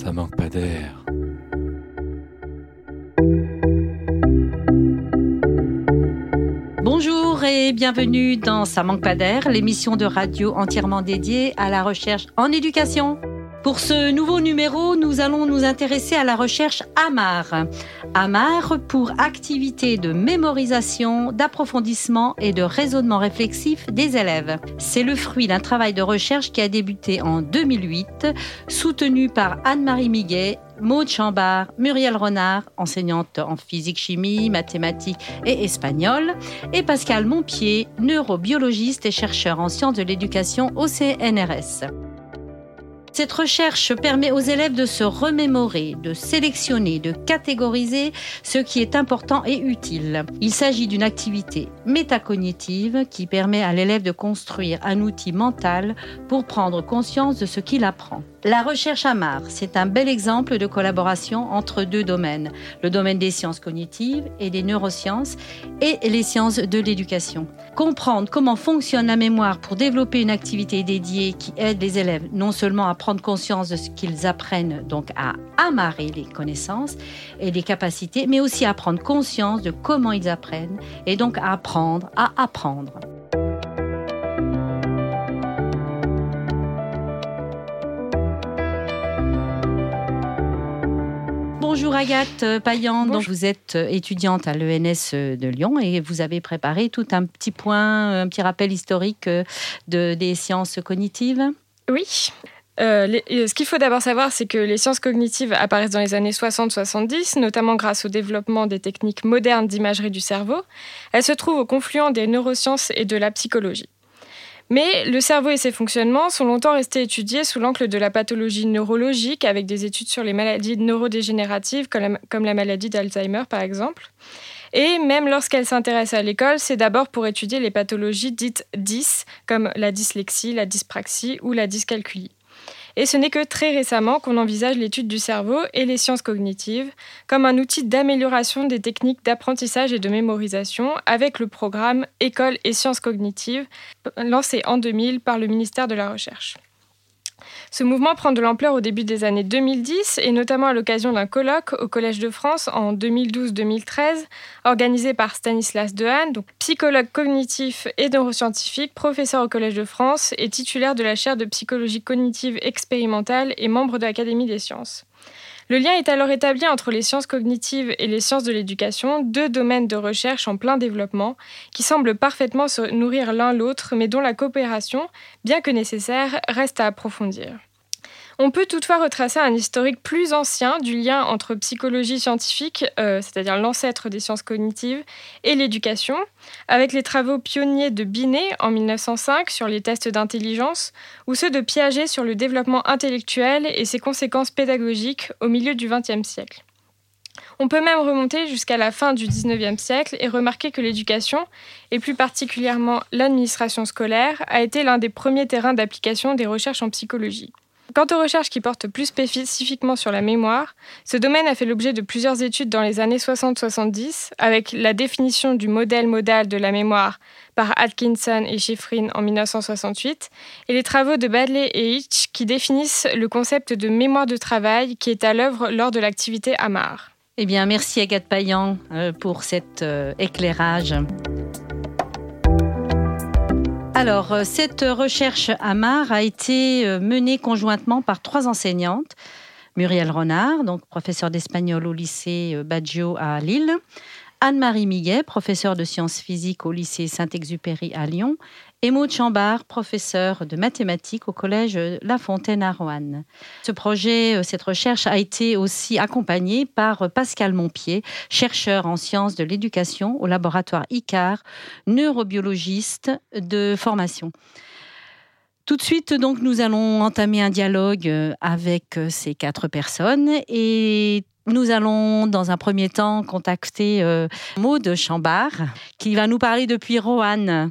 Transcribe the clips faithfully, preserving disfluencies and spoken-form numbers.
Ça manque pas d'air. Bonjour et bienvenue dans Ça manque pas d'air, l'émission de radio entièrement dédiée à la recherche en éducation. Pour ce nouveau numéro, nous allons nous intéresser à la recherche AMAR. AMAR pour activité de mémorisation, d'approfondissement et de raisonnement réflexif des élèves. C'est le fruit d'un travail de recherche qui a débuté en deux mille huit, soutenu par Anne-Marie Miguet, Maude Chambard, Muriel Renard, enseignante en physique-chimie, mathématiques et espagnol, et Pascal Montpied, neurobiologiste et chercheur en sciences de l'éducation au C N R S. Cette recherche permet aux élèves de se remémorer, de sélectionner, de catégoriser ce qui est important et utile. Il s'agit d'une activité métacognitive qui permet à l'élève de construire un outil mental pour prendre conscience de ce qu'il apprend. La recherche AMAR, c'est un bel exemple de collaboration entre deux domaines, le domaine des sciences cognitives et des neurosciences et les sciences de l'éducation. Comprendre comment fonctionne la mémoire pour développer une activité dédiée qui aide les élèves non seulement à prendre conscience de ce qu'ils apprennent, donc à amarrer les connaissances et les capacités, mais aussi à prendre conscience de comment ils apprennent et donc à apprendre à apprendre. Bonjour Agathe Payan, donc vous êtes étudiante à l'E N S de Lyon et vous avez préparé tout un petit point, un petit rappel historique de, des sciences cognitives. Oui. Euh, les, ce qu'il faut d'abord savoir, c'est que les sciences cognitives apparaissent dans les années soixante soixante-dix, notamment grâce au développement des techniques modernes d'imagerie du cerveau. Elles se trouvent au confluent des neurosciences et de la psychologie. Mais le cerveau et ses fonctionnements sont longtemps restés étudiés sous l'angle de la pathologie neurologique, avec des études sur les maladies neurodégénératives, comme la, comme la maladie d'Alzheimer par exemple. Et même lorsqu'elles s'intéressent à l'école, c'est d'abord pour étudier les pathologies dites dys, comme la dyslexie, la dyspraxie ou la dyscalculie. Et ce n'est que très récemment qu'on envisage l'étude du cerveau et les sciences cognitives comme un outil d'amélioration des techniques d'apprentissage et de mémorisation avec le programme École et sciences cognitives lancé en deux mille par le ministère de la Recherche. Ce mouvement prend de l'ampleur au début des années deux mille dix et notamment à l'occasion d'un colloque au Collège de France en deux mille douze deux mille treize organisé par Stanislas Dehaene, donc psychologue cognitif et neuroscientifique, professeur au Collège de France et titulaire de la chaire de psychologie cognitive expérimentale et membre de l'Académie des sciences. Le lien est alors établi entre les sciences cognitives et les sciences de l'éducation, deux domaines de recherche en plein développement, qui semblent parfaitement se nourrir l'un l'autre, mais dont la coopération, bien que nécessaire, reste à approfondir. On peut toutefois retracer un historique plus ancien du lien entre psychologie scientifique, euh, c'est-à-dire l'ancêtre des sciences cognitives, et l'éducation, avec les travaux pionniers de Binet en mille neuf cent cinq sur les tests d'intelligence, ou ceux de Piaget sur le développement intellectuel et ses conséquences pédagogiques au milieu du vingtième siècle. On peut même remonter jusqu'à la fin du dix-neuvième siècle et remarquer que l'éducation, et plus particulièrement l'administration scolaire, a été l'un des premiers terrains d'application des recherches en psychologie. Quant aux recherches qui portent plus spécifiquement sur la mémoire, ce domaine a fait l'objet de plusieurs études dans les années soixante soixante-dix, avec la définition du modèle modal de la mémoire par Atkinson et Shiffrin en mille neuf cent soixante-huit, et les travaux de Baddeley et Hitch qui définissent le concept de mémoire de travail qui est à l'œuvre lors de l'activité AMAR. Eh bien, merci Agathe Payan pour cet euh, éclairage. Alors, cette recherche AMAR a été menée conjointement par trois enseignantes. Muriel Renard, donc professeure d'espagnol au lycée Baggio à Lille. Anne-Marie Miguet, professeure de sciences physiques au lycée Saint-Exupéry à Lyon. Et Maude Chambard, professeure de mathématiques au collège La Fontaine à Roanne. Ce projet, cette recherche a été aussi accompagnée par Pascal Montpied, chercheur en sciences de l'éducation au laboratoire I C A R, neurobiologiste de formation. Tout de suite, donc, nous allons entamer un dialogue avec ces quatre personnes et nous allons, dans un premier temps, contacter euh, Maude Chambard, qui va nous parler depuis Roanne.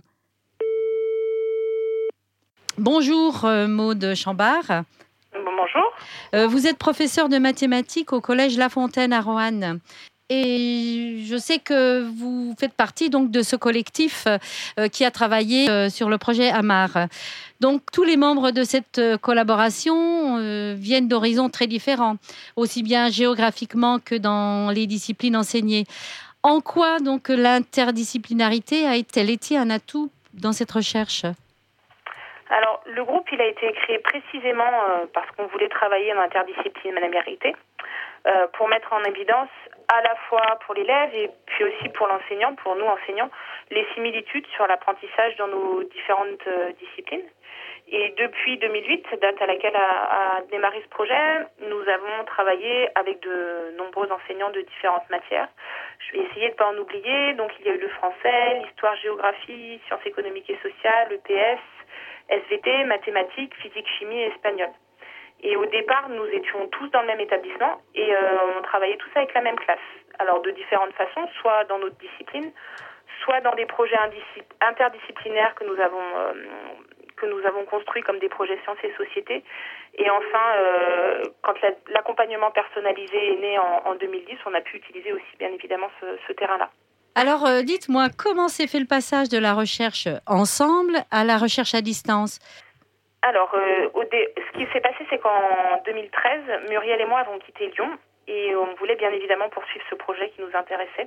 Bonjour euh, Maude Chambard. Bonjour. Euh, vous êtes professeure de mathématiques au collège La Fontaine à Roanne. Et je sais que vous faites partie donc de ce collectif euh, qui a travaillé euh, sur le projet AMAR. Donc tous les membres de cette collaboration euh, viennent d'horizons très différents, aussi bien géographiquement que dans les disciplines enseignées. En quoi donc l'interdisciplinarité a-t-elle été un atout dans cette recherche ? Alors, le groupe, il a été créé précisément euh, parce qu'on voulait travailler en interdisciplinarité euh, pour mettre en évidence à la fois pour l'élève et puis aussi pour l'enseignant, pour nous enseignants, les similitudes sur l'apprentissage dans nos différentes euh, disciplines. Et depuis deux mille huit, date à laquelle a, a démarré ce projet, nous avons travaillé avec de nombreux enseignants de différentes matières. Je vais essayer de ne pas en oublier. Donc, il y a eu le français, l'histoire, géographie, sciences économiques et sociales, l'E P S, S V T, mathématiques, physique, chimie et espagnol. Et au départ, nous étions tous dans le même établissement et euh, on travaillait tous avec la même classe. Alors, de différentes façons, soit dans notre discipline, soit dans des projets indiscip- interdisciplinaires que nous avons euh, que nous avons construits comme des projets sciences et société. Et enfin, euh, quand la, l'accompagnement personnalisé est né en, en deux mille dix, on a pu utiliser aussi bien évidemment ce, ce terrain-là. Alors, euh, dites-moi, comment s'est fait le passage de la recherche ensemble à la recherche à distance ? Alors, euh, au dé... ce qui s'est passé, c'est qu'en deux mille treize, Muriel et moi avons quitté Lyon et on voulait bien évidemment poursuivre ce projet qui nous intéressait.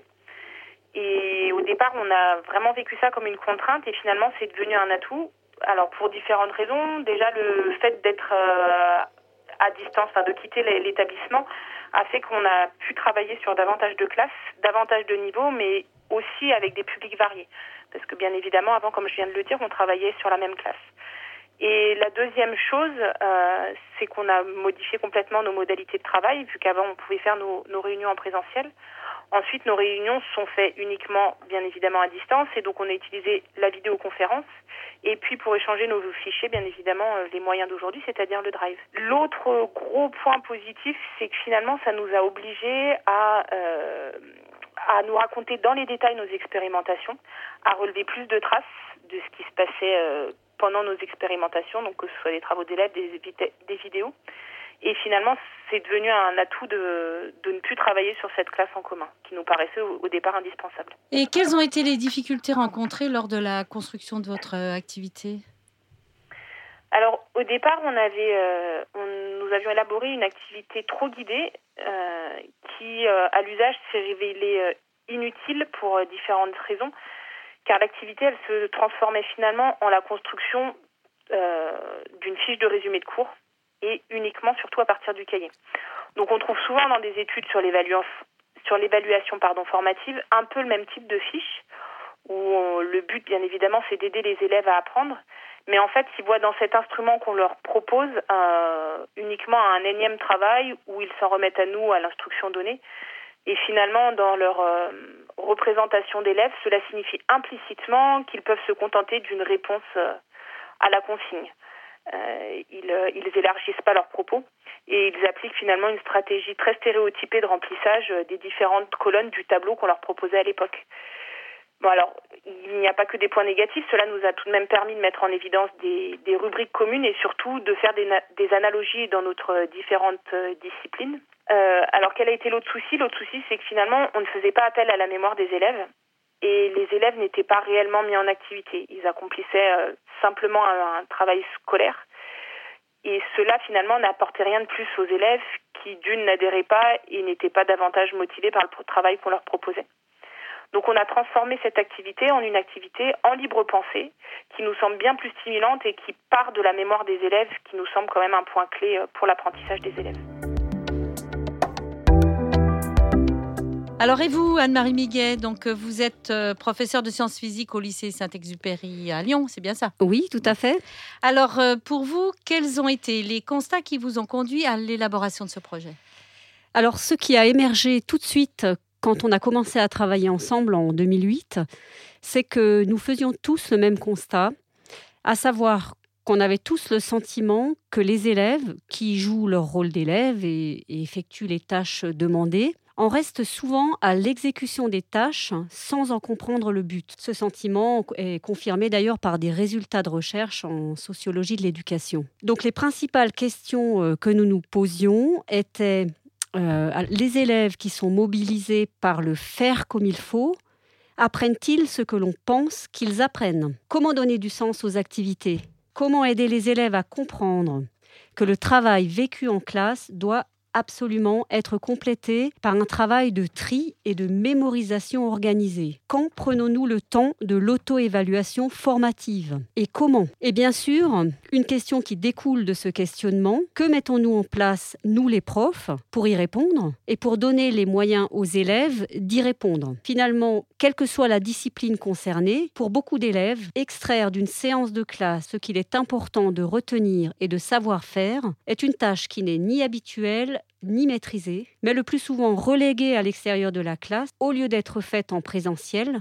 Et au départ, on a vraiment vécu ça comme une contrainte et finalement, c'est devenu un atout. Alors, pour différentes raisons. Déjà, le fait d'être euh, à distance, enfin de quitter l'établissement, a fait qu'on a pu travailler sur davantage de classes, davantage de niveaux, mais aussi avec des publics variés. Parce que bien évidemment, avant, comme je viens de le dire, on travaillait sur la même classe. Et la deuxième chose, euh, c'est qu'on a modifié complètement nos modalités de travail, vu qu'avant, on pouvait faire nos, nos réunions en présentiel. Ensuite, nos réunions sont faites uniquement, bien évidemment, à distance, et donc on a utilisé la vidéoconférence. Et puis, pour échanger nos fichiers, bien évidemment, les moyens d'aujourd'hui, c'est-à-dire le Drive. L'autre gros point positif, c'est que finalement, ça nous a obligés à, euh, à nous raconter dans les détails nos expérimentations, à relever plus de traces de ce qui se passait euh, pendant nos expérimentations, donc que ce soit des travaux d'élèves, des, des vidéos. Et finalement, c'est devenu un atout de, de ne plus travailler sur cette classe en commun, qui nous paraissait au, au départ indispensable. Et quelles ont été les difficultés rencontrées lors de la construction de votre activité ? Alors, au départ, on avait, euh, on, nous avions élaboré une activité trop guidée euh, qui, euh, à l'usage, s'est révélée euh, inutile pour euh, différentes raisons, car l'activité, elle se transformait finalement en la construction euh, d'une fiche de résumé de cours, et uniquement, surtout à partir du cahier. Donc on trouve souvent dans des études sur l'évaluation, sur l'évaluation pardon, formative un peu le même type de fiche, où on, le but, bien évidemment, c'est d'aider les élèves à apprendre, mais en fait, ils voient dans cet instrument qu'on leur propose euh, uniquement un énième travail où ils s'en remettent à nous, à l'instruction donnée, et finalement, dans leur euh, représentation d'élèves, cela signifie implicitement qu'ils peuvent se contenter d'une réponse euh, à la consigne. Euh, ils, euh, ils élargissent pas leurs propos et ils appliquent finalement une stratégie très stéréotypée de remplissage euh, des différentes colonnes du tableau qu'on leur proposait à l'époque. Bon alors, il n'y a pas que des points négatifs, cela nous a tout de même permis de mettre en évidence des, des rubriques communes et surtout de faire des, des analogies dans notre euh, différentes euh, disciplines. Euh, alors quel a été l'autre souci ? L'autre souci, c'est que finalement, on ne faisait pas appel à la mémoire des élèves. Et les élèves n'étaient pas réellement mis en activité. Ils accomplissaient euh, simplement un, un travail scolaire. Et cela, finalement, n'apportait rien de plus aux élèves qui, d'une, n'adhéraient pas et n'étaient pas davantage motivés par le travail qu'on leur proposait. Donc on a transformé cette activité en une activité en libre pensée, qui nous semble bien plus stimulante et qui part de la mémoire des élèves, qui nous semble quand même un point clé pour l'apprentissage des élèves. Alors et vous, Anne-Marie Miguet, donc vous êtes professeure de sciences physiques au lycée Saint-Exupéry à Lyon, c'est bien ça ? Oui, tout à fait. Alors pour vous, quels ont été les constats qui vous ont conduit à l'élaboration de ce projet ? Alors ce qui a émergé tout de suite quand on a commencé à travailler ensemble en deux mille huit, c'est que nous faisions tous le même constat, à savoir qu'on avait tous le sentiment que les élèves qui jouent leur rôle d'élève et, et effectuent les tâches demandées en restent souvent à l'exécution des tâches sans en comprendre le but. Ce sentiment est confirmé d'ailleurs par des résultats de recherche en sociologie de l'éducation. Donc les principales questions que nous nous posions étaient euh, les élèves qui sont mobilisés par le faire comme il faut, apprennent-ils ce que l'on pense qu'ils apprennent ? Comment donner du sens aux activités ? Comment aider les élèves à comprendre que le travail vécu en classe doit absolument être complété par un travail de tri et de mémorisation organisée. Quand prenons-nous le temps de l'auto-évaluation formative? Et comment? Et bien sûr, une question qui découle de ce questionnement, que mettons-nous en place, nous les profs, pour y répondre et pour donner les moyens aux élèves d'y répondre? Finalement, quelle que soit la discipline concernée, pour beaucoup d'élèves, extraire d'une séance de classe ce qu'il est important de retenir et de savoir faire est une tâche qui n'est ni habituelle ni maîtrisée, mais le plus souvent reléguée à l'extérieur de la classe au lieu d'être faite en présentiel.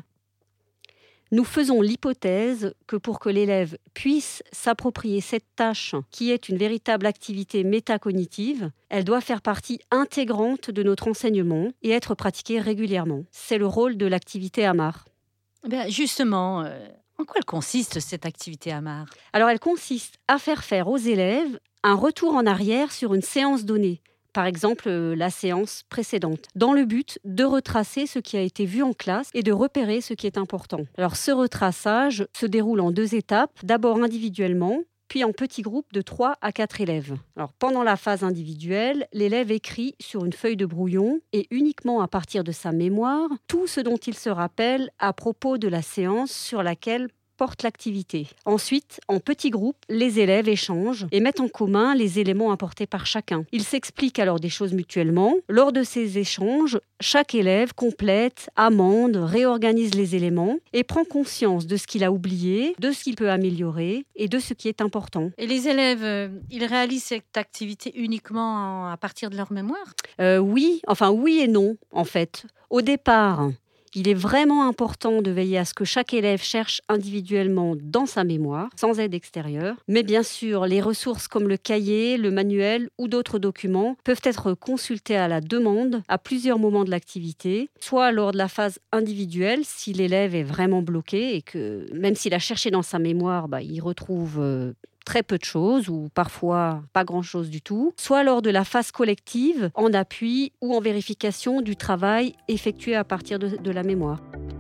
Nous faisons l'hypothèse que pour que l'élève puisse s'approprier cette tâche, qui est une véritable activité métacognitive, elle doit faire partie intégrante de notre enseignement et être pratiquée régulièrement. C'est le rôle de l'activité Amar. Ben justement, euh, en quoi elle consiste cette activité Amar? Alors elle consiste à faire faire aux élèves un retour en arrière sur une séance donnée. Par exemple, la séance précédente, dans le but de retracer ce qui a été vu en classe et de repérer ce qui est important. Alors, ce retraçage se déroule en deux étapes, d'abord individuellement, puis en petits groupes de trois à quatre élèves. Alors, pendant la phase individuelle, l'élève écrit sur une feuille de brouillon et uniquement à partir de sa mémoire, tout ce dont il se rappelle à propos de la séance sur laquelle porte l'activité. Ensuite, en petits groupes, les élèves échangent et mettent en commun les éléments apportés par chacun. Ils s'expliquent alors des choses mutuellement. Lors de ces échanges, chaque élève complète, amende, réorganise les éléments et prend conscience de ce qu'il a oublié, de ce qu'il peut améliorer et de ce qui est important. Et les élèves, euh, ils réalisent cette activité uniquement à partir de leur mémoire? euh, Oui, enfin oui et non, en fait. Au départ, il est vraiment important de veiller à ce que chaque élève cherche individuellement dans sa mémoire, sans aide extérieure. Mais bien sûr, les ressources comme le cahier, le manuel ou d'autres documents peuvent être consultés à la demande à plusieurs moments de l'activité, soit lors de la phase individuelle, si l'élève est vraiment bloqué et que même s'il a cherché dans sa mémoire, bah, il retrouve euh, très peu de choses ou parfois pas grand-chose du tout, soit lors de la phase collective, en appui ou en vérification du travail effectué à partir de, de la mémoire.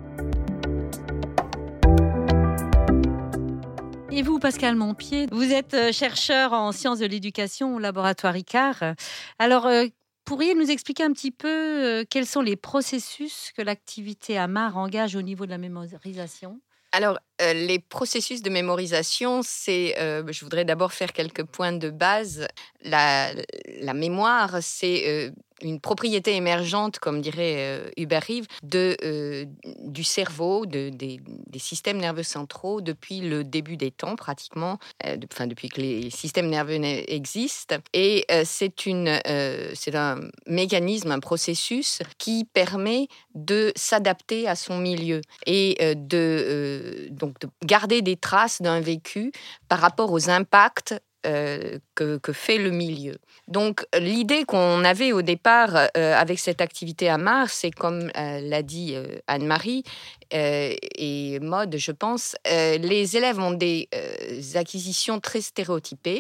Et vous, Pascal Montpied, vous êtes chercheur en sciences de l'éducation au laboratoire Icare. Alors, euh, pourriez nous expliquer un petit peu euh, quels sont les processus que l'activité Amar engage au niveau de la mémorisation ? Alors, euh, les processus de mémorisation, c'est, euh, je voudrais d'abord faire quelques points de base. La, la mémoire, c'est euh, une propriété émergente, comme dirait euh, Hubert Reeves, de, euh, du cerveau, de, des, des systèmes nerveux centraux depuis le début des temps, pratiquement, euh, de, enfin, depuis que les systèmes nerveux existent. Et euh, c'est, une, euh, c'est un mécanisme, un processus qui permet de s'adapter à son milieu et euh, de... Euh, donc de garder des traces d'un vécu par rapport aux impacts euh, que, que fait le milieu. Donc l'idée qu'on avait au départ euh, avec cette activité Amar, c'est comme euh, l'a dit euh, Anne-Marie euh, et Maude, je pense, euh, les élèves ont des euh, acquisitions très stéréotypées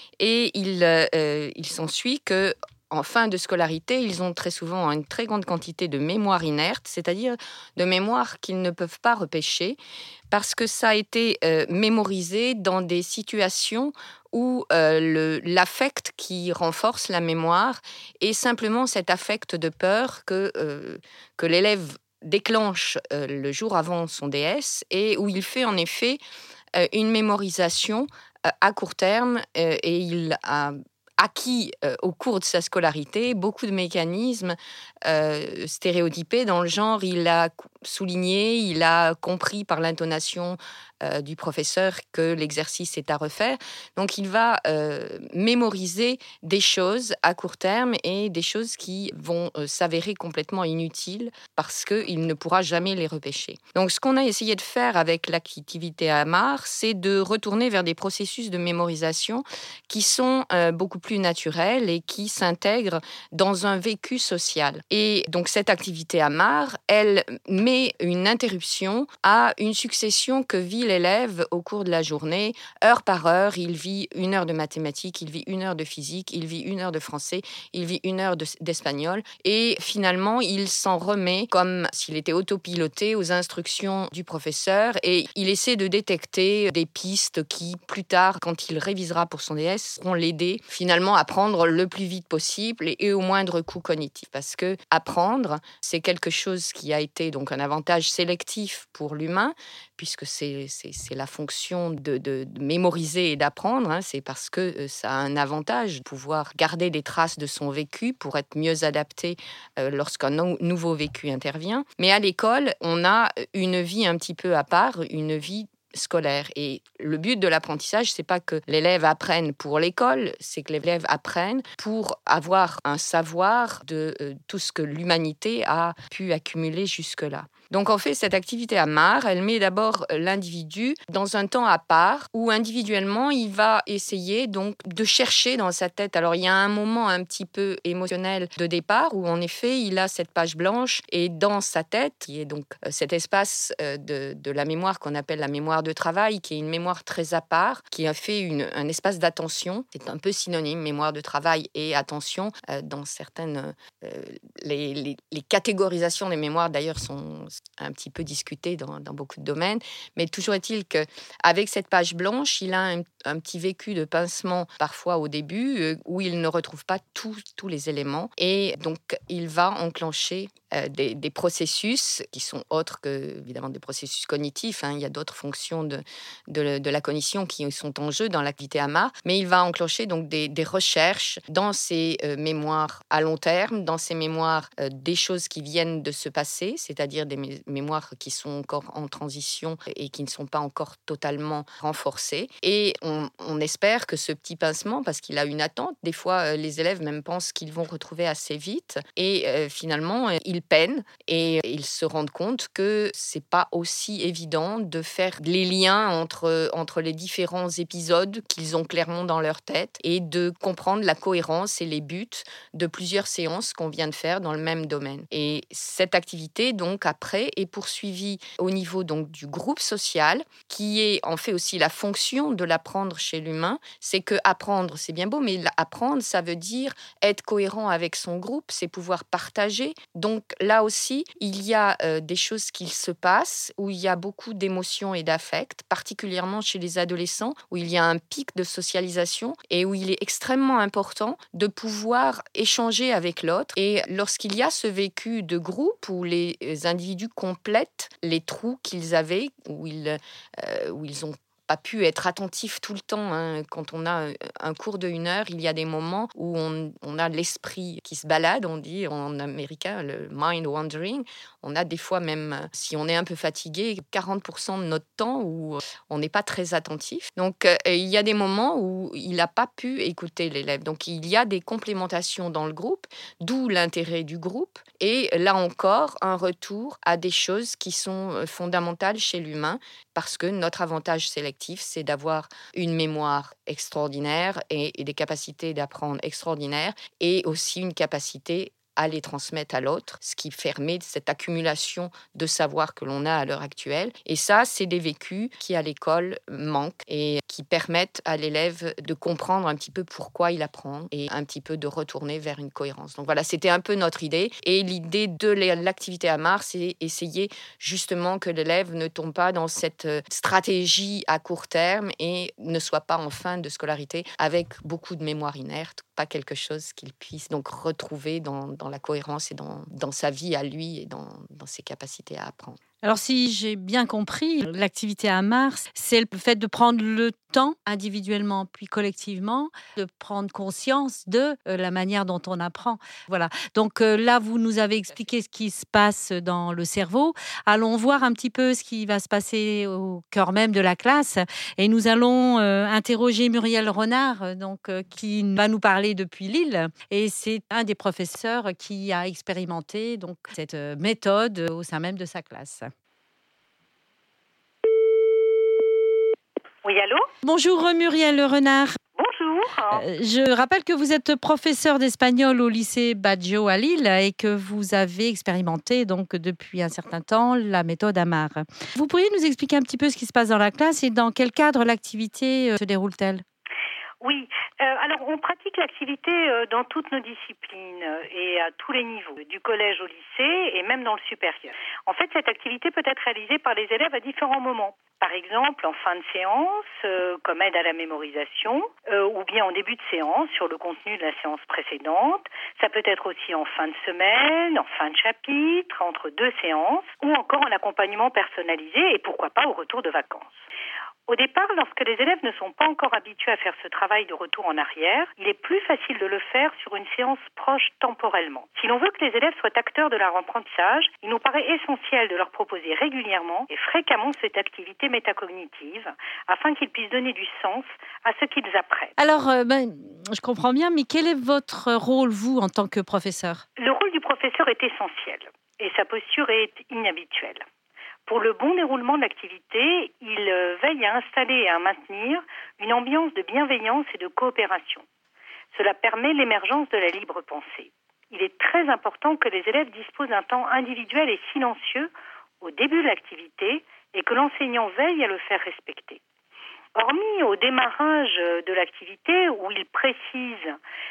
et il, euh, il s'ensuit que en fin de scolarité, ils ont très souvent une très grande quantité de mémoire inerte, c'est-à-dire de mémoire qu'ils ne peuvent pas repêcher, parce que ça a été euh, mémorisé dans des situations où euh, le, l'affect qui renforce la mémoire est simplement cet affect de peur que, euh, que l'élève déclenche euh, le jour avant son D S et où il fait en effet euh, une mémorisation euh, à court terme euh, et il a acquis euh, au cours de sa scolarité beaucoup de mécanismes euh, stéréotypés dans le genre, il a souligné, il a compris par l'intonation euh, du professeur que l'exercice est à refaire. Donc il va euh, mémoriser des choses à court terme et des choses qui vont euh, s'avérer complètement inutiles parce qu'il ne pourra jamais les repêcher. Donc ce qu'on a essayé de faire avec l'activité Amar, c'est de retourner vers des processus de mémorisation qui sont euh, beaucoup plus naturels et qui s'intègrent dans un vécu social. Et donc cette activité Amar, elle met met une interruption à une succession que vit l'élève au cours de la journée. Heure par heure, il vit une heure de mathématiques, il vit une heure de physique, il vit une heure de français, il vit une heure de, d'espagnol. Et finalement, il s'en remet comme s'il était autopiloté aux instructions du professeur et il essaie de détecter des pistes qui, plus tard, quand il révisera pour son D S, vont l'aider finalement à apprendre le plus vite possible et, et au moindre coût cognitif. Parce que apprendre, c'est quelque chose qui a été donc un avantage sélectif pour l'humain, puisque c'est, c'est, c'est la fonction de, de, de mémoriser et d'apprendre. Hein. C'est parce que ça a un avantage de pouvoir garder des traces de son vécu pour être mieux adapté euh, lorsqu'un no- nouveau vécu intervient. Mais à l'école, on a une vie un petit peu à part, une vie scolaire. Et le but de l'apprentissage, c'est pas que l'élève apprenne pour l'école, c'est que l'élève apprenne pour avoir un savoir de euh, tout ce que l'humanité a pu accumuler jusque-là. Donc en fait, cette activité Amar, elle met d'abord l'individu dans un temps à part où individuellement, il va essayer donc de chercher dans sa tête. Alors il y a un moment un petit peu émotionnel de départ où en effet, il a cette page blanche et dans sa tête, qui est donc cet espace de, de la mémoire qu'on appelle la mémoire de travail, qui est une mémoire très à part, qui a fait une, un espace d'attention. C'est un peu synonyme, mémoire de travail et attention. Euh, dans certaines... Euh, les, les, les catégorisations des mémoires, d'ailleurs, sont un petit peu discutées dans, dans beaucoup de domaines. Mais toujours est-il qu'avec cette page blanche, il a un, un petit vécu de pincement, parfois au début, euh, où il ne retrouve pas tous, tous les éléments. Et donc, il va enclencher euh, des, des processus qui sont autres que, évidemment, des processus cognitifs. Hein. Il y a d'autres fonctions de, de, de la cognition qui sont en jeu dans l'activité Amar. Mais il va enclencher donc des, des recherches dans ses euh, mémoires à long terme, dans ses mémoires euh, des choses qui viennent de se passer, c'est-à-dire des mé- mémoires qui sont encore en transition et qui ne sont pas encore totalement renforcées. Et on, on espère que ce petit pincement, parce qu'il a une attente, des fois euh, les élèves même pensent qu'ils vont retrouver assez vite et euh, finalement euh, ils peinent et ils se rendent compte que c'est pas aussi évident de faire les liens entre, entre les différents épisodes qu'ils ont clairement dans leur tête et de comprendre la cohérence et les buts de plusieurs séances qu'on vient de faire dans le même domaine. Et cette activité, donc, après, est poursuivie au niveau donc, du groupe social, qui est en fait aussi la fonction de l'apprendre chez l'humain. C'est que apprendre, c'est bien beau, mais apprendre, ça veut dire être cohérent avec son groupe, c'est pouvoir partager. Donc là aussi, il y a euh, des choses qui se passent où il y a beaucoup d'émotions et d'affects, particulièrement chez les adolescents, où il y a un pic de socialisation et où il est extrêmement important de pouvoir échanger avec l'autre. Et lorsqu'il y a ce vécu de groupe où les individus complètent les trous qu'ils avaient, où ils, euh, où ils ont pas pu être attentif tout le temps. Hein. Quand on a un cours de une heure, il y a des moments où on, on a l'esprit qui se balade, on dit en américain, le mind wandering. On a des fois même, si on est un peu fatigué, quarante pour cent de notre temps où on n'est pas très attentif. Donc, euh, il y a des moments où il n'a pas pu écouter l'élève. Donc, il y a des complémentations dans le groupe, d'où l'intérêt du groupe. Et là encore, un retour à des choses qui sont fondamentales chez l'humain, parce que notre avantage sélectif, c'est d'avoir une mémoire extraordinaire et, et des capacités d'apprendre extraordinaires et aussi une capacité à les transmettre à l'autre, ce qui permet cette accumulation de savoir que l'on a à l'heure actuelle. Et ça, c'est des vécus qui, à l'école, manquent et qui permettent à l'élève de comprendre un petit peu pourquoi il apprend et un petit peu de retourner vers une cohérence. Donc voilà, c'était un peu notre idée. Et l'idée de l'activité Amar, c'est essayer justement que l'élève ne tombe pas dans cette stratégie à court terme et ne soit pas en fin de scolarité avec beaucoup de mémoire inerte, pas quelque chose qu'il puisse donc retrouver dans, dans la cohérence et dans, dans sa vie à lui et dans, dans ses capacités à apprendre. Alors, si j'ai bien compris, l'activité Amar, c'est le fait de prendre le temps, individuellement puis collectivement, de prendre conscience de euh, la manière dont on apprend. Voilà. Donc euh, là, vous nous avez expliqué ce qui se passe dans le cerveau. Allons voir un petit peu ce qui va se passer au cœur même de la classe. Et nous allons euh, interroger Muriel Renard, donc, euh, qui va nous parler depuis Lille. Et c'est un des professeurs qui a expérimenté donc, cette euh, méthode au sein même de sa classe. Oui, allô ? Bonjour Muriel Renard. Bonjour. Euh, je rappelle que vous êtes professeur d'espagnol au lycée Baggio à Lille et que vous avez expérimenté donc depuis un certain temps la méthode Amar. Vous pourriez nous expliquer un petit peu ce qui se passe dans la classe et dans quel cadre l'activité euh, se déroule-t-elle ? Oui, euh, alors on pratique l'activité euh, dans toutes nos disciplines euh, et à tous les niveaux, du collège au lycée et même dans le supérieur. En fait, cette activité peut être réalisée par les élèves à différents moments. Par exemple, en fin de séance, euh, comme aide à la mémorisation, euh, ou bien en début de séance sur le contenu de la séance précédente. Ça peut être aussi en fin de semaine, en fin de chapitre, entre deux séances, ou encore en accompagnement personnalisé et pourquoi pas au retour de vacances. Au départ, lorsque les élèves ne sont pas encore habitués à faire ce travail de retour en arrière, il est plus facile de le faire sur une séance proche temporellement. Si l'on veut que les élèves soient acteurs de leur apprentissage, il nous paraît essentiel de leur proposer régulièrement et fréquemment cette activité métacognitive afin qu'ils puissent donner du sens à ce qu'ils apprennent. Alors, euh, ben, je comprends bien, mais quel est votre rôle, vous, en tant que professeur ? Le rôle du professeur est essentiel et sa posture est inhabituelle. Pour le bon déroulement de l'activité, il veille à installer et à maintenir une ambiance de bienveillance et de coopération. Cela permet l'émergence de la libre pensée. Il est très important que les élèves disposent d'un temps individuel et silencieux au début de l'activité et que l'enseignant veille à le faire respecter. Hormis au démarrage de l'activité où il précise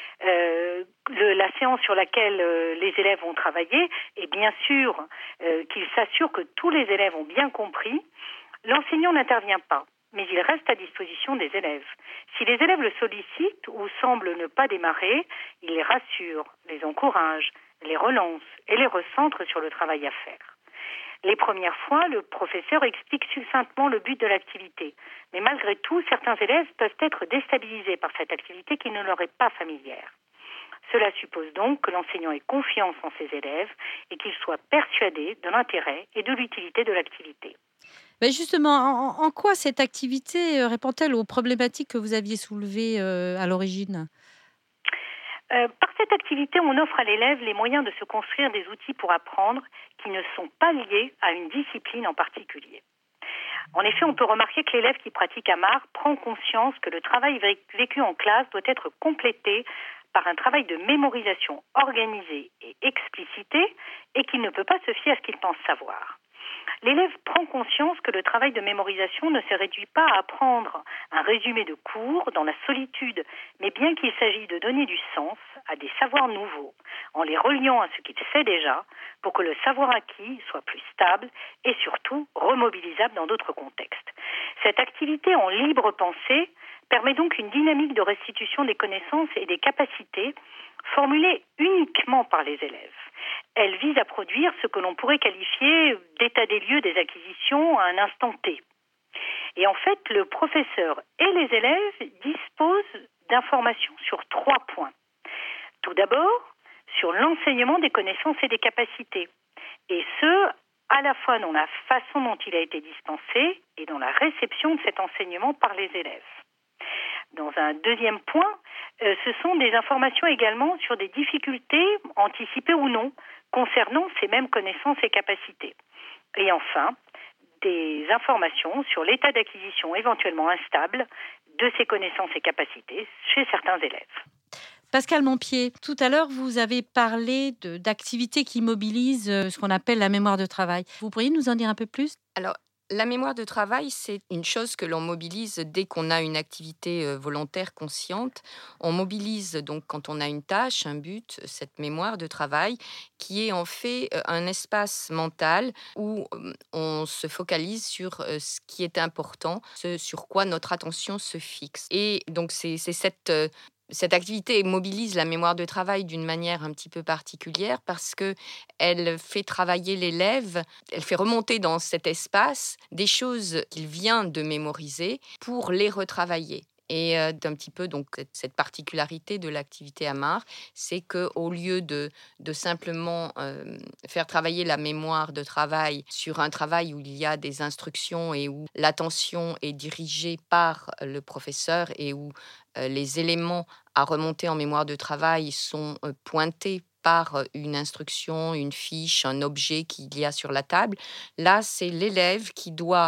euh, le, la séance sur laquelle euh, les élèves vont travailler et bien sûr euh, qu'il s'assure que tous les élèves ont bien compris, l'enseignant n'intervient pas, mais il reste à disposition des élèves. Si les élèves le sollicitent ou semblent ne pas démarrer, il les rassure, les encourage, les relance et les recentre sur le travail à faire. Les premières fois, le professeur explique succinctement le but de l'activité. Mais malgré tout, certains élèves peuvent être déstabilisés par cette activité qui ne leur est pas familière. Cela suppose donc que l'enseignant ait confiance en ses élèves et qu'il soit persuadé de l'intérêt et de l'utilité de l'activité. Ben justement, en, en quoi cette activité répond-elle aux problématiques que vous aviez soulevées euh, à l'origine ? Euh, par cette activité, on offre à l'élève les moyens de se construire des outils pour apprendre qui ne sont pas liés à une discipline en particulier. En effet, on peut remarquer que l'élève qui pratique Amar prend conscience que le travail vécu en classe doit être complété par un travail de mémorisation organisé et explicité et qu'il ne peut pas se fier à ce qu'il pense savoir. L'élève prend conscience que le travail de mémorisation ne se réduit pas à apprendre un résumé de cours dans la solitude, mais bien qu'il s'agit de donner du sens à des savoirs nouveaux, en les reliant à ce qu'il sait déjà, pour que le savoir acquis soit plus stable et surtout remobilisable dans d'autres contextes. Cette activité en libre pensée permet donc une dynamique de restitution des connaissances et des capacités formulée uniquement par les élèves. Elle vise à produire ce que l'on pourrait qualifier d'état des lieux des acquisitions à un instant T. Et en fait, le professeur et les élèves disposent d'informations sur trois points. Tout d'abord, sur l'enseignement des connaissances et des capacités. Et ce, à la fois dans la façon dont il a été dispensé et dans la réception de cet enseignement par les élèves. Dans un deuxième point, euh, ce sont des informations également sur des difficultés, anticipées ou non, concernant ces mêmes connaissances et capacités. Et enfin, des informations sur l'état d'acquisition éventuellement instable de ces connaissances et capacités chez certains élèves. Pascal Montpied, tout à l'heure, vous avez parlé de, d'activités qui mobilisent euh, ce qu'on appelle la mémoire de travail. Vous pourriez nous en dire un peu plus ? Alors, la mémoire de travail, c'est une chose que l'on mobilise dès qu'on a une activité euh, volontaire consciente. On mobilise donc quand on a une tâche, un but, cette mémoire de travail qui est en fait euh, un espace mental où euh, on se focalise sur euh, ce qui est important, ce sur quoi notre attention se fixe. Et donc c'est, c'est cette... Euh, Cette activité mobilise la mémoire de travail d'une manière un petit peu particulière parce qu'elle fait travailler l'élève, elle fait remonter dans cet espace des choses qu'il vient de mémoriser pour les retravailler. Et euh, d'un petit peu donc cette particularité de l'activité Amar, c'est qu'au lieu de, de simplement euh, faire travailler la mémoire de travail sur un travail où il y a des instructions et où l'attention est dirigée par le professeur et où euh, les éléments à remonter en mémoire de travail sont euh, pointés par une instruction, une fiche, un objet qu'il y a sur la table. Là, c'est l'élève qui doit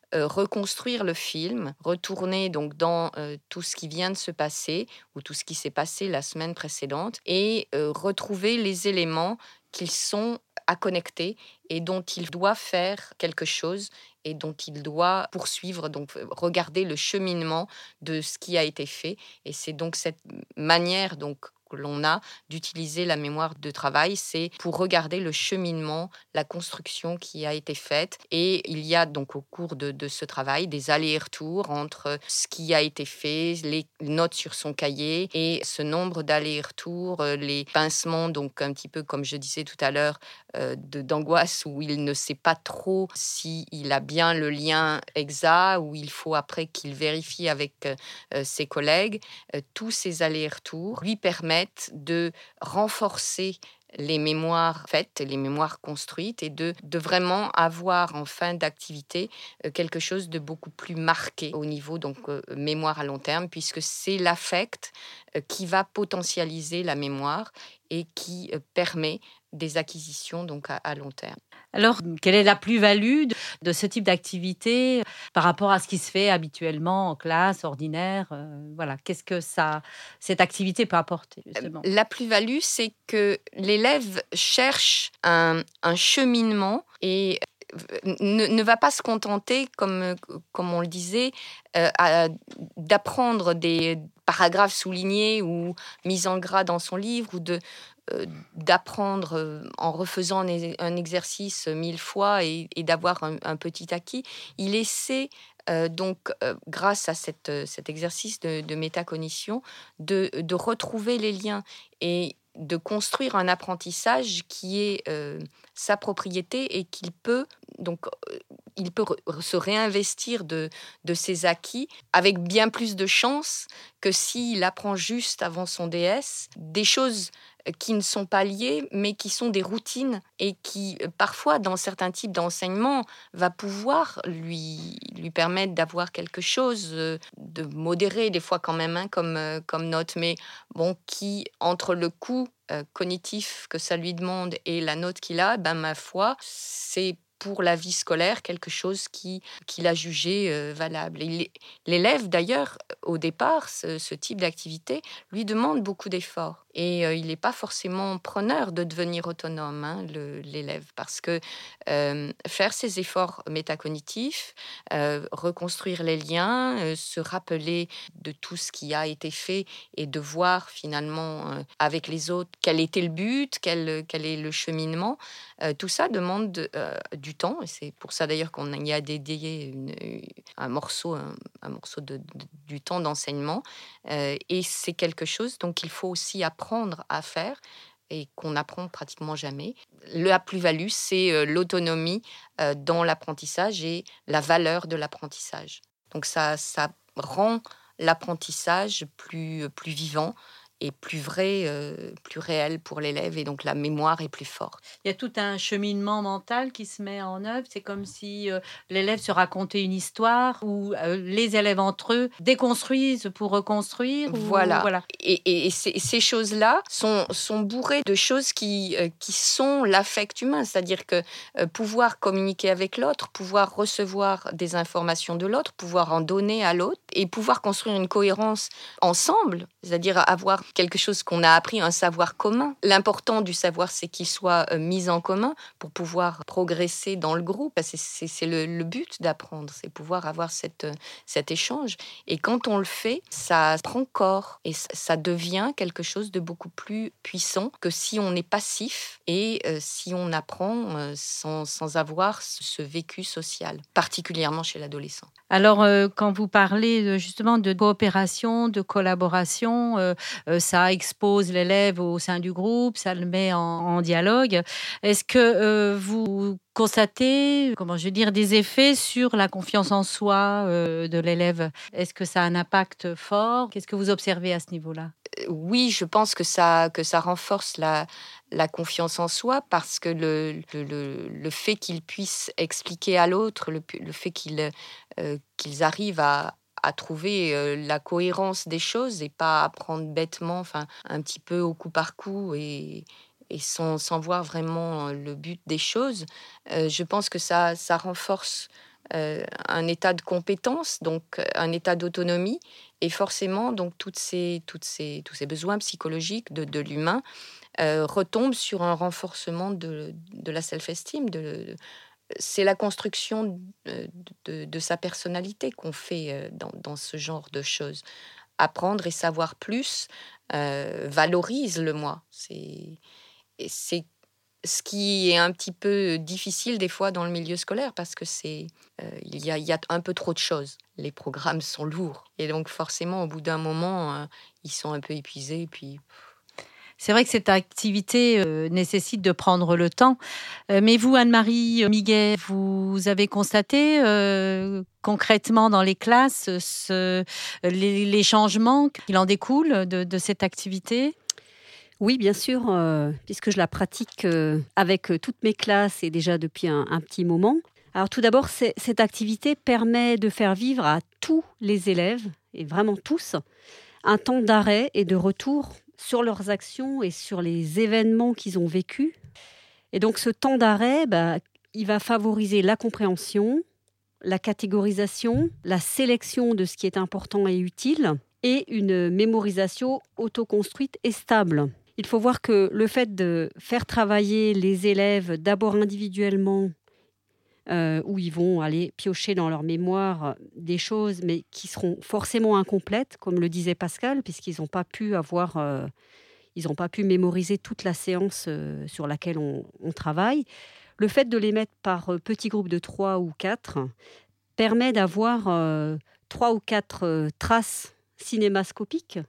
euh, reconstruire le film, retourner donc dans euh, tout ce qui vient de se passer ou tout ce qui s'est passé la semaine précédente et euh, retrouver les éléments qu'ils sont à connecter et dont il doit faire quelque chose et dont il doit poursuivre, donc regarder le cheminement de ce qui a été fait. Et c'est donc cette manière donc, que l'on a d'utiliser la mémoire de travail, c'est pour regarder le cheminement, la construction qui a été faite. Et il y a donc au cours de, de ce travail des allers-retours entre ce qui a été fait, les notes sur son cahier et ce nombre d'allers-retours, les pincements, donc un petit peu comme je disais tout à l'heure, euh, de, d'angoisse où il ne sait pas trop s'il a bien le lien exact, où il faut après qu'il vérifie avec euh, ses collègues. Euh, tous ces allers-retours lui permettent de renforcer les mémoires faites, les mémoires construites et de, de vraiment avoir en fin d'activité euh, quelque chose de beaucoup plus marqué au niveau donc euh, mémoire à long terme, puisque c'est l'affect euh, qui va potentialiser la mémoire et qui euh, permet des acquisitions donc à, à long terme. Alors, quelle est la plus-value de, de ce type d'activité par rapport à ce qui se fait habituellement en classe, ordinaire euh, Voilà, qu'est-ce que ça, cette activité peut apporter, justement ? La plus-value, c'est que l'élève cherche un, un cheminement et ne, ne va pas se contenter, comme, comme on le disait, euh, à, d'apprendre des paragraphes soulignés ou mis en gras dans son livre ou de euh, d'apprendre euh, en refaisant un, un exercice mille fois et, et d'avoir un, un petit acquis. Il essaie euh, donc, euh, grâce à cette, cet exercice de, de métacognition, de, de retrouver les liens et de construire un apprentissage qui est euh, sa propriété et qu'il peut donc euh, il peut re- se réinvestir de, de ses acquis avec bien plus de chance que s'il apprend juste avant son D S des choses qui ne sont pas liées, mais qui sont des routines et qui, parfois, dans certains types d'enseignement, va pouvoir lui, lui permettre d'avoir quelque chose de modéré, des fois quand même, hein, comme, comme note, mais bon, qui, entre le coût euh, cognitif que ça lui demande et la note qu'il a, ben, ma foi, c'est pour la vie scolaire quelque chose qui, qu'il a jugé euh, valable. Et l'élève, d'ailleurs, au départ, ce, ce type d'activité lui demande beaucoup d'efforts. Et euh, il n'est pas forcément preneur de devenir autonome, hein, le, l'élève, parce que euh, faire ces efforts métacognitifs, euh, reconstruire les liens, euh, se rappeler de tout ce qui a été fait et de voir finalement euh, avec les autres quel était le but, quel, quel est le cheminement, euh, tout ça demande euh, du temps. Et c'est pour ça d'ailleurs qu'on y a dédié une, un morceau, un, un morceau de, de, du temps d'enseignement. Euh, et c'est quelque chose donc il faut aussi apprendre à faire et qu'on n'apprend pratiquement jamais. La plus-value, c'est euh, l'autonomie euh, dans l'apprentissage et la valeur de l'apprentissage. Donc ça, ça rend l'apprentissage plus, plus vivant et plus vrai, euh, plus réel pour l'élève, et donc la mémoire est plus forte. Il y a tout un cheminement mental qui se met en œuvre. C'est comme si euh, l'élève se racontait une histoire ou euh, les élèves entre eux déconstruisent pour reconstruire. Ou, voilà. voilà. Et, et, et ces, ces choses-là sont, sont bourrées de choses qui, euh, qui sont l'affect humain, c'est-à-dire que euh, pouvoir communiquer avec l'autre, pouvoir recevoir des informations de l'autre, pouvoir en donner à l'autre et pouvoir construire une cohérence ensemble, c'est-à-dire avoir quelque chose qu'on a appris, un savoir commun. L'important du savoir, c'est qu'il soit euh, mis en commun pour pouvoir progresser dans le groupe. C'est, c'est, c'est le, le but d'apprendre, c'est pouvoir avoir cette, euh, cet échange. Et quand on le fait, ça prend corps et ça, ça devient quelque chose de beaucoup plus puissant que si on est passif et euh, si on apprend euh, sans, sans avoir ce, ce vécu social, particulièrement chez l'adolescent. Alors, euh, quand vous parlez de, justement de coopération, de collaboration, euh, euh, ça expose l'élève au sein du groupe, ça le met en, en dialogue. Est-ce que euh, vous constatez, comment je veux dire, des effets sur la confiance en soi euh, de l'élève ? Est-ce que ça a un impact fort ? Qu'est-ce que vous observez à ce niveau-là ? Oui, je pense que ça, que ça renforce la, la confiance en soi parce que le, le, le, le fait qu'ils puissent expliquer à l'autre, le, le fait qu'ils, euh, qu'ils arrivent à, à trouver euh, la cohérence des choses et pas à prendre bêtement, enfin, un petit peu au coup par coup et, et sans, sans voir vraiment le but des choses, euh, je pense que ça, ça renforce euh, un état de compétence, donc un état d'autonomie, et forcément, donc, toutes ces, toutes ces, tous ces besoins psychologiques de, de l'humain euh, retombent sur un renforcement de, de la self-esteem. De, de, c'est la construction de, de, de sa personnalité qu'on fait dans, dans ce genre de choses. Apprendre et savoir plus euh, valorise le moi. C'est, c'est ce qui est un petit peu difficile des fois dans le milieu scolaire parce que c'est euh, il y a, il y a un peu trop de choses. Les programmes sont lourds et donc forcément au bout d'un moment euh, ils sont un peu épuisés. Puis c'est vrai que cette activité euh, nécessite de prendre le temps. Euh, mais vous, Anne-Marie Miguet, vous avez constaté euh, concrètement dans les classes ce, les, les changements qui en découlent de, de cette activité ? Oui, bien sûr, euh, puisque je la pratique euh, avec toutes mes classes et déjà depuis un, un petit moment. Alors tout d'abord, c'est, cette activité permet de faire vivre à tous les élèves, et vraiment tous, un temps d'arrêt et de retour sur leurs actions et sur les événements qu'ils ont vécus. Et donc ce temps d'arrêt, bah, il va favoriser la compréhension, la catégorisation, la sélection de ce qui est important et utile, et une mémorisation autoconstruite et stable. Il faut voir que le fait de faire travailler les élèves d'abord individuellement, euh, où ils vont aller piocher dans leur mémoire des choses, mais qui seront forcément incomplètes, comme le disait Pascal, puisqu'ils n'ont pas pu avoir, euh, ils n'ont pas pu mémoriser toute la séance euh, sur laquelle on, on travaille. Le fait de les mettre par euh, petits groupes de trois ou quatre permet d'avoir euh, trois ou quatre euh, traces cinémascopiques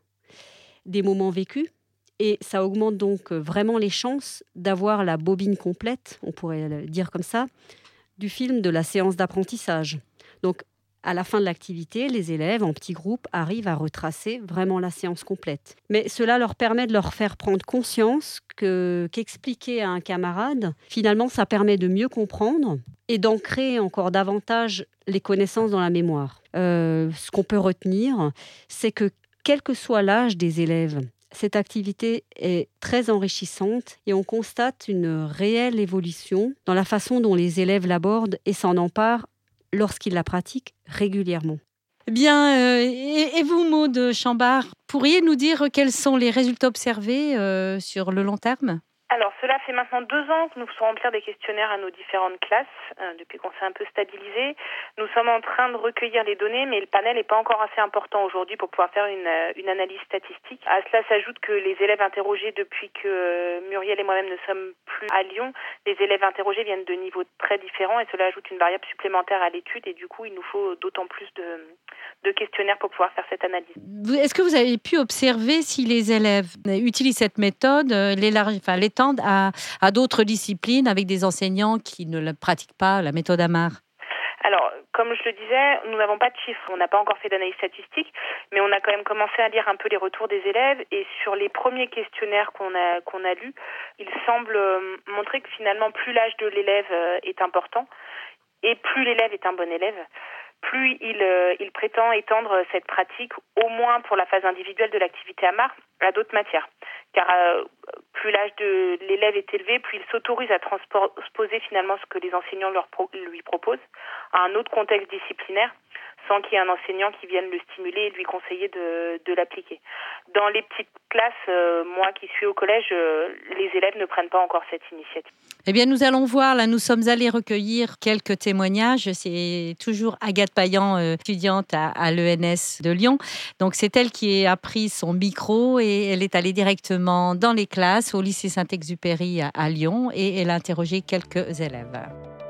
des moments vécus. Et ça augmente donc vraiment les chances d'avoir la bobine complète, on pourrait le dire comme ça, du film de la séance d'apprentissage. Donc, à la fin de l'activité, les élèves, en petits groupes, arrivent à retracer vraiment la séance complète. Mais cela leur permet de leur faire prendre conscience que, qu'expliquer à un camarade, finalement, ça permet de mieux comprendre et d'ancrer encore davantage les connaissances dans la mémoire. Euh, ce qu'on peut retenir, c'est que quel que soit l'âge des élèves, cette activité est très enrichissante et on constate une réelle évolution dans la façon dont les élèves l'abordent et s'en emparent lorsqu'ils la pratiquent régulièrement. Bien, euh, et, et vous, Maude Chambard, pourriez nous dire quels sont les résultats observés euh, sur le long terme ? Alors, cela fait maintenant deux ans que nous faisons remplir des questionnaires à nos différentes classes, euh, depuis qu'on s'est un peu stabilisé. Nous sommes en train de recueillir les données, mais le panel n'est pas encore assez important aujourd'hui pour pouvoir faire une, une analyse statistique. À cela s'ajoute que les élèves interrogés, depuis que Muriel et moi-même ne sommes plus à Lyon, les élèves interrogés viennent de niveaux très différents et cela ajoute une variable supplémentaire à l'étude et du coup, il nous faut d'autant plus de, de questionnaires pour pouvoir faire cette analyse. Est-ce que vous avez pu observer si les élèves utilisent cette méthode, enfin, l'étendent à, à d'autres disciplines avec des enseignants qui ne la pratiquent pas, la méthode Amar ? Alors, comme je le disais, nous n'avons pas de chiffres, on n'a pas encore fait d'analyse statistique, mais on a quand même commencé à lire un peu les retours des élèves et sur les premiers questionnaires qu'on a, qu'on a lus, il semble montrer que finalement plus l'âge de l'élève est important et plus l'élève est un bon élève, plus il, euh, il prétend étendre cette pratique, au moins pour la phase individuelle de l'activité Amar, à d'autres matières. Car euh, plus l'âge de l'élève est élevé, plus il s'autorise à transposer finalement ce que les enseignants leur pro- lui proposent à un autre contexte disciplinaire, sans qu'il y ait un enseignant qui vienne le stimuler et lui conseiller de, de l'appliquer. Dans les petites classes, euh, moi qui suis au collège, euh, les élèves ne prennent pas encore cette initiative. Eh bien, nous allons voir. Là, nous sommes allés recueillir quelques témoignages. C'est toujours Agathe Payan, euh, étudiante à, à l'E N S de Lyon. Donc, c'est elle qui a pris son micro et elle est allée directement dans les classes au lycée Saint-Exupéry à, à Lyon et elle a interrogé quelques élèves.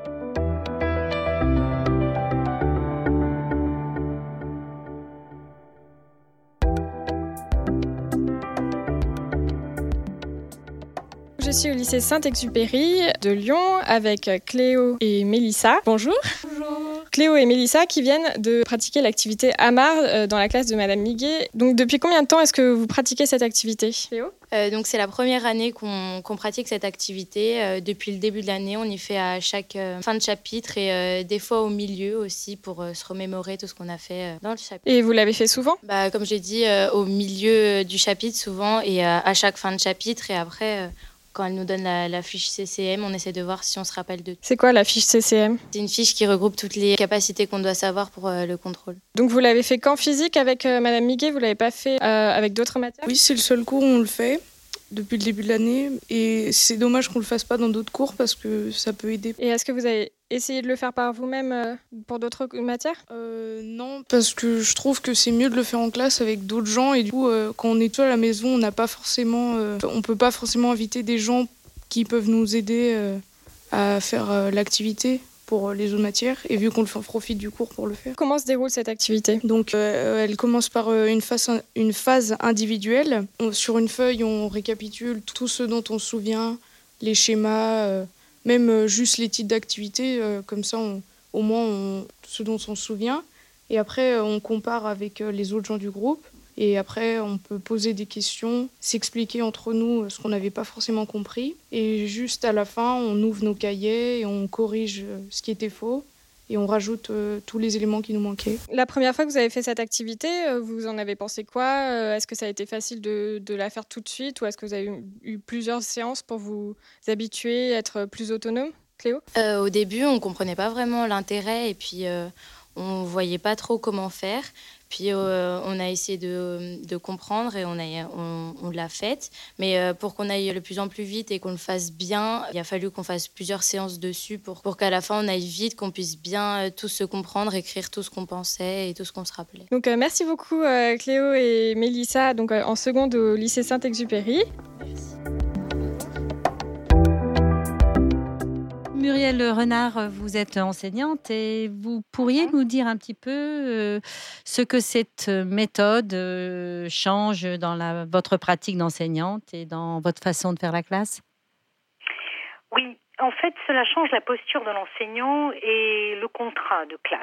Je suis au lycée Saint-Exupéry de Lyon avec Cléo et Mélissa. Bonjour. Bonjour. Cléo et Mélissa qui viennent de pratiquer l'activité Amar dans la classe de Madame Miguet. Donc depuis combien de temps est-ce que vous pratiquez cette activité, Cléo ? euh, Donc c'est la première année qu'on, qu'on pratique cette activité. Euh, depuis le début de l'année, on y fait à chaque euh, fin de chapitre et euh, des fois au milieu aussi pour euh, se remémorer tout ce qu'on a fait euh, dans le chapitre. Et vous l'avez fait souvent ? Bah, comme j'ai dit, euh, au milieu du chapitre souvent et euh, à chaque fin de chapitre et après... Euh, Quand elle nous donne la, la fiche C C M, on essaie de voir si on se rappelle de tout. C'est quoi la fiche C C M ? C'est une fiche qui regroupe toutes les capacités qu'on doit savoir pour euh, le contrôle. Donc vous l'avez fait qu'en physique avec euh, Madame Miguet, vous l'avez pas fait euh, avec d'autres matières ? Oui, c'est le seul cours où on le fait depuis le début de l'année. Et c'est dommage qu'on le fasse pas dans d'autres cours parce que ça peut aider. Et est-ce que vous avez essayé de le faire par vous-même euh, pour d'autres matières ? euh, Non, parce que je trouve que c'est mieux de le faire en classe avec d'autres gens. Et du coup, euh, quand on est tout à la maison, on n'a pas forcément, euh, on peut pas forcément inviter des gens qui peuvent nous aider euh, à faire euh, l'activité pour les autres matières, et vu qu'on le profite du cours pour le faire. Comment se déroule cette activité ? Donc, euh, elle commence par euh, une, phase, une phase individuelle. On, sur une feuille, on récapitule tout ce dont on se souvient, les schémas, euh, même euh, juste les titres d'activités, euh, comme ça, on, au moins, on, ce dont on se souvient. Et après, euh, on compare avec euh, les autres gens du groupe. Et après, on peut poser des questions, s'expliquer entre nous ce qu'on n'avait pas forcément compris. Et juste à la fin, on ouvre nos cahiers et on corrige ce qui était faux. Et on rajoute euh, tous les éléments qui nous manquaient. La première fois que vous avez fait cette activité, vous en avez pensé quoi ? Est-ce que ça a été facile de, de la faire tout de suite ? Ou est-ce que vous avez eu, eu plusieurs séances pour vous habituer, être plus autonome ? Cléo ? euh, Au début, on ne comprenait pas vraiment l'intérêt et puis euh, on ne voyait pas trop comment faire. Puis euh, on a essayé de, de comprendre et on, a, on, on l'a faite. Mais euh, pour qu'on aille de plus en plus vite et qu'on le fasse bien, il a fallu qu'on fasse plusieurs séances dessus pour, pour qu'à la fin on aille vite, qu'on puisse bien euh, tous se comprendre, écrire tout ce qu'on pensait et tout ce qu'on se rappelait. Donc euh, merci beaucoup euh, Cléo et Mélissa, donc, euh, en seconde au lycée Saint-Exupéry. Merci. Muriel Renard, vous êtes enseignante et vous pourriez nous dire un petit peu euh, ce que cette méthode euh, change dans la, votre pratique d'enseignante et dans votre façon de faire la classe ? Oui, en fait, cela change la posture de l'enseignant et le contrat de classe.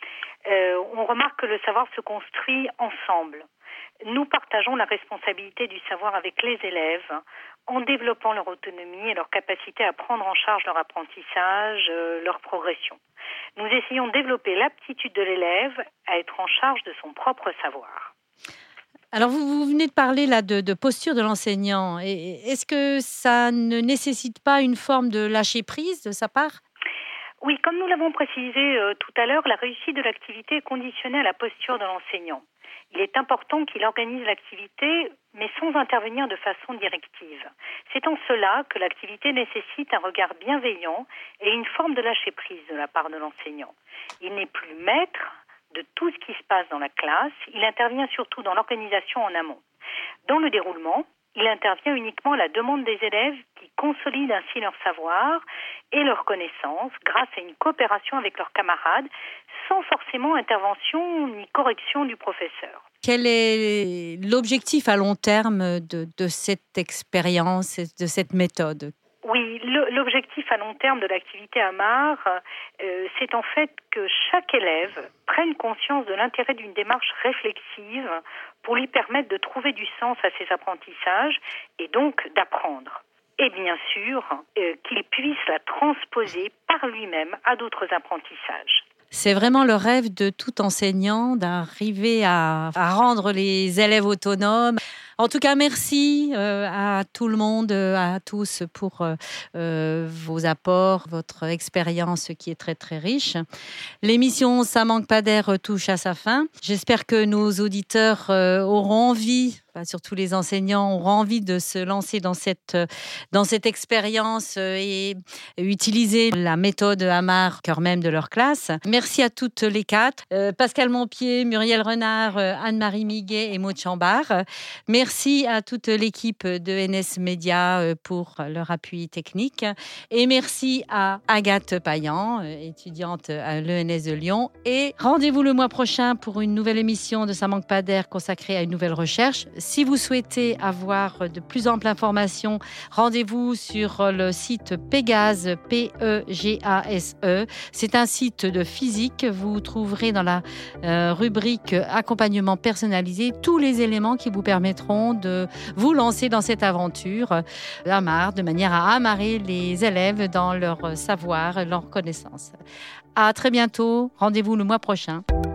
Euh, on remarque que le savoir se construit ensemble. Nous partageons la responsabilité du savoir avec les élèves en développant leur autonomie et leur capacité à prendre en charge leur apprentissage, euh, leur progression. Nous essayons de développer l'aptitude de l'élève à être en charge de son propre savoir. Alors, vous, vous venez de parler là de, de posture de l'enseignant. Et, est-ce que ça ne nécessite pas une forme de lâcher-prise de sa part ? Oui, comme nous l'avons précisé euh, tout à l'heure, la réussite de l'activité est conditionnée à la posture de l'enseignant. Il est important qu'il organise l'activité, mais sans intervenir de façon directive. C'est en cela que l'activité nécessite un regard bienveillant et une forme de lâcher-prise de la part de l'enseignant. Il n'est plus maître de tout ce qui se passe dans la classe, il intervient surtout dans l'organisation en amont. Dans le déroulement, il intervient uniquement à la demande des élèves qui consolident ainsi leur savoir et leurs connaissances grâce à une coopération avec leurs camarades sans forcément intervention ni correction du professeur. Quel est l'objectif à long terme de, de cette expérience, de cette méthode ? Oui, le, l'objectif à long terme de l'activité Amar, euh, c'est en fait que chaque élève prenne conscience de l'intérêt d'une démarche réflexive pour lui permettre de trouver du sens à ses apprentissages et donc d'apprendre. Et bien sûr, euh, qu'il puisse la transposer par lui-même à d'autres apprentissages. C'est vraiment le rêve de tout enseignant d'arriver à, à rendre les élèves autonomes. En tout cas, merci euh, à tout le monde, à tous pour euh, vos apports, votre expérience qui est très très riche. L'émission Ça manque pas d'air touche à sa fin. J'espère que nos auditeurs euh, auront envie, enfin, surtout les enseignants, auront envie de se lancer dans cette, dans cette expérience et utiliser la méthode Amar au cœur même de leur classe. Merci à toutes les quatre, euh, Pascal Montpied, Muriel Renard, euh, Anne-Marie Miguet et Maud Chambard. Merci à toute l'équipe de N S Média pour leur appui technique. Et merci à Agathe Payan, étudiante à l'E N S de Lyon. Et rendez-vous le mois prochain pour une nouvelle émission de Ça manque pas d'air consacrée à une nouvelle recherche. Si vous souhaitez avoir de plus amples informations, rendez-vous sur le site Pégase, P E G A S E. C'est un site de physique. Vous trouverez dans la euh, rubrique accompagnement personnalisé tous les éléments qui vous permettront de vous lancer dans cette aventure Amar, de manière à amarrer les élèves dans leur savoir, leur connaissance. À très bientôt. Rendez-vous le mois prochain.